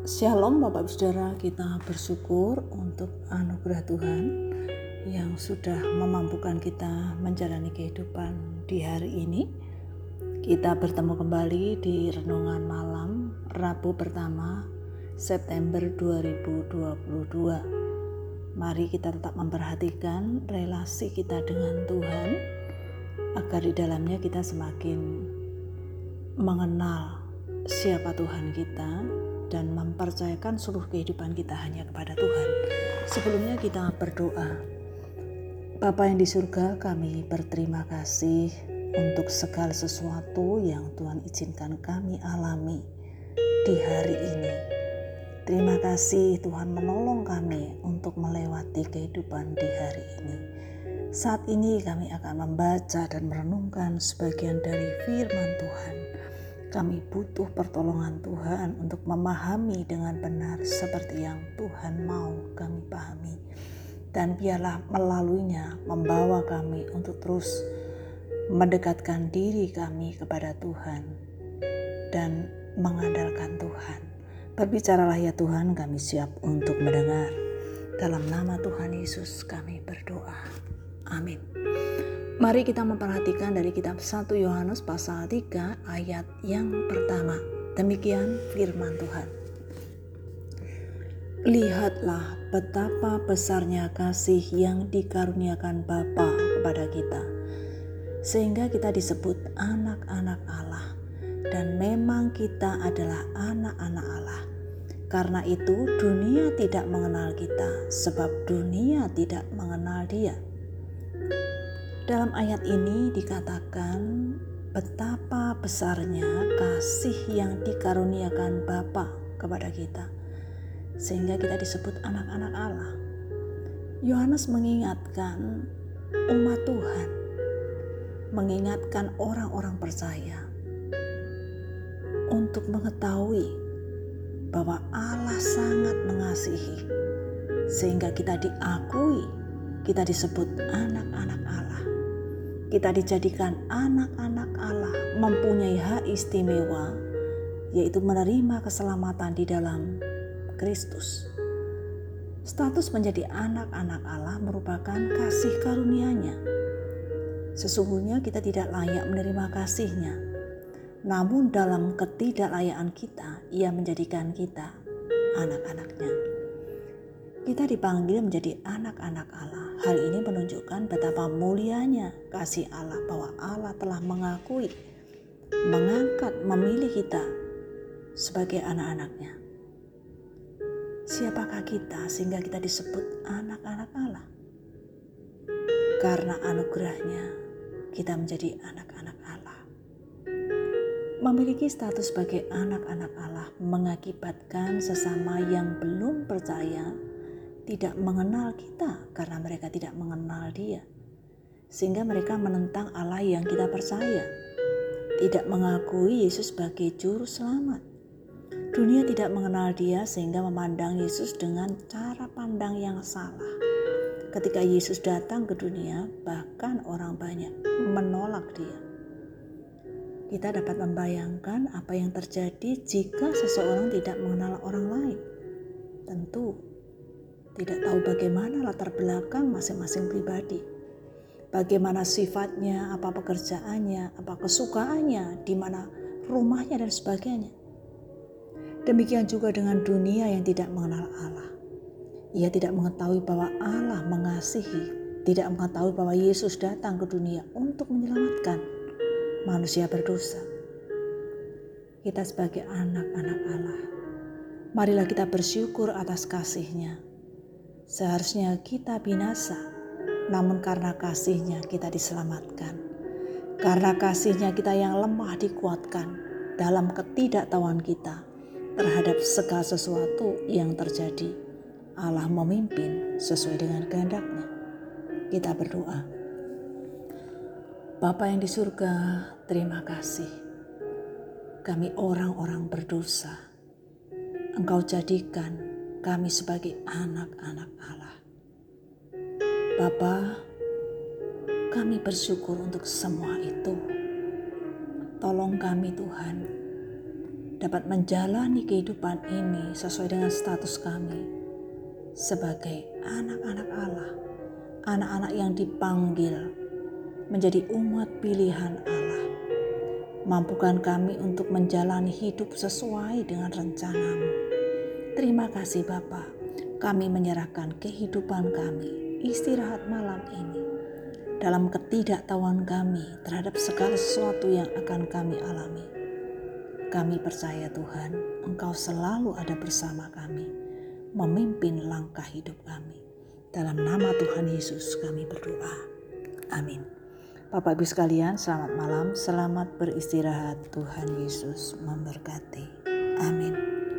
Shalom Bapak Ibu Saudara, kita bersyukur untuk anugerah Tuhan yang sudah memampukan kita menjalani kehidupan di hari ini. Kita bertemu kembali di Renungan Malam Rabu pertama September 2022. Mari kita tetap memperhatikan relasi kita dengan Tuhan agar di dalamnya kita semakin mengenal siapa Tuhan kita dan mempercayakan seluruh kehidupan kita hanya kepada Tuhan. Sebelumnya kita berdoa. Bapa yang di surga, kami berterima kasih untuk segala sesuatu yang Tuhan izinkan kami alami di hari ini. Terima kasih Tuhan menolong kami untuk melewati kehidupan di hari ini. Saat ini kami akan membaca dan merenungkan sebagian dari firman Tuhan. Kami butuh pertolongan Tuhan untuk memahami dengan benar seperti yang Tuhan mau kami pahami. Dan biarlah melaluinya membawa kami untuk terus mendekatkan diri kami kepada Tuhan dan mengandalkan Tuhan. Berbicaralah ya Tuhan, kami siap untuk mendengar. Dalam nama Tuhan Yesus kami berdoa. Amin. Mari kita memperhatikan dari kitab 1 Yohanes pasal 3 ayat yang pertama. Demikian firman Tuhan. Lihatlah betapa besarnya kasih yang dikaruniakan Bapa kepada kita, sehingga kita disebut anak-anak Allah. Dan memang kita adalah anak-anak Allah. Karena itu dunia tidak mengenal kita, sebab dunia tidak mengenal Dia. Dalam ayat ini dikatakan betapa besarnya kasih yang dikaruniakan Bapa kepada kita, sehingga kita disebut anak-anak Allah. Yohanes mengingatkan umat Tuhan, mengingatkan orang-orang percaya untuk mengetahui bahwa Allah sangat mengasihi, sehingga kita diakui, kita disebut anak-anak Allah. Kita dijadikan anak-anak Allah, mempunyai hak istimewa, yaitu menerima keselamatan di dalam Kristus. Status menjadi anak-anak Allah merupakan kasih karunia-Nya. Sesungguhnya kita tidak layak menerima kasih-Nya, namun dalam ketidaklayaan kita, Ia menjadikan kita anak-anak-Nya. Kita dipanggil menjadi anak-anak Allah. Hal ini menunjukkan betapa mulianya kasih Allah, bahwa Allah telah mengakui, mengangkat, memilih kita sebagai anak-anak-Nya. Siapakah kita sehingga kita disebut anak-anak Allah? Karena anugerah-Nya kita menjadi anak-anak Allah. Memiliki status sebagai anak-anak Allah mengakibatkan sesama yang belum percaya tidak mengenal kita karena mereka tidak mengenal Dia, sehingga mereka menentang Allah yang kita percaya, tidak mengakui Yesus sebagai juru selamat. Dunia tidak mengenal Dia sehingga memandang Yesus dengan cara pandang yang salah. Ketika Yesus datang ke dunia, bahkan orang banyak menolak Dia. Kita dapat membayangkan apa yang terjadi jika seseorang tidak mengenal orang lain. Tentu tidak tahu bagaimana latar belakang masing-masing pribadi, bagaimana sifatnya, apa pekerjaannya, apa kesukaannya, di mana rumahnya dan sebagainya. Demikian juga dengan dunia yang tidak mengenal Allah. Ia tidak mengetahui bahwa Allah mengasihi, tidak mengetahui bahwa Yesus datang ke dunia untuk menyelamatkan manusia berdosa. Kita sebagai anak-anak Allah, marilah kita bersyukur atas kasih-Nya. Seharusnya kita binasa, namun karena kasih-Nya kita diselamatkan. Karena kasih-Nya kita yang lemah dikuatkan dalam ketidaktahuan kita terhadap segala sesuatu yang terjadi. Allah memimpin sesuai dengan kehendak-Nya. Kita berdoa. Bapa yang di surga, terima kasih. Kami orang-orang berdosa, Engkau jadikan kami sebagai anak-anak Allah. Bapa, kami bersyukur untuk semua itu. Tolong kami Tuhan, dapat menjalani kehidupan ini sesuai dengan status kami sebagai anak-anak Allah, anak-anak yang dipanggil menjadi umat pilihan Allah. Mampukan kami untuk menjalani hidup sesuai dengan rencana-Mu. Terima kasih Bapa, kami menyerahkan kehidupan kami, istirahat malam ini, dalam ketidaktahuan kami terhadap segala sesuatu yang akan kami alami. Kami percaya Tuhan, Engkau selalu ada bersama kami, memimpin langkah hidup kami. Dalam nama Tuhan Yesus kami berdoa. Amin. Bapak Ibu sekalian, selamat malam, selamat beristirahat. Tuhan Yesus memberkati. Amin.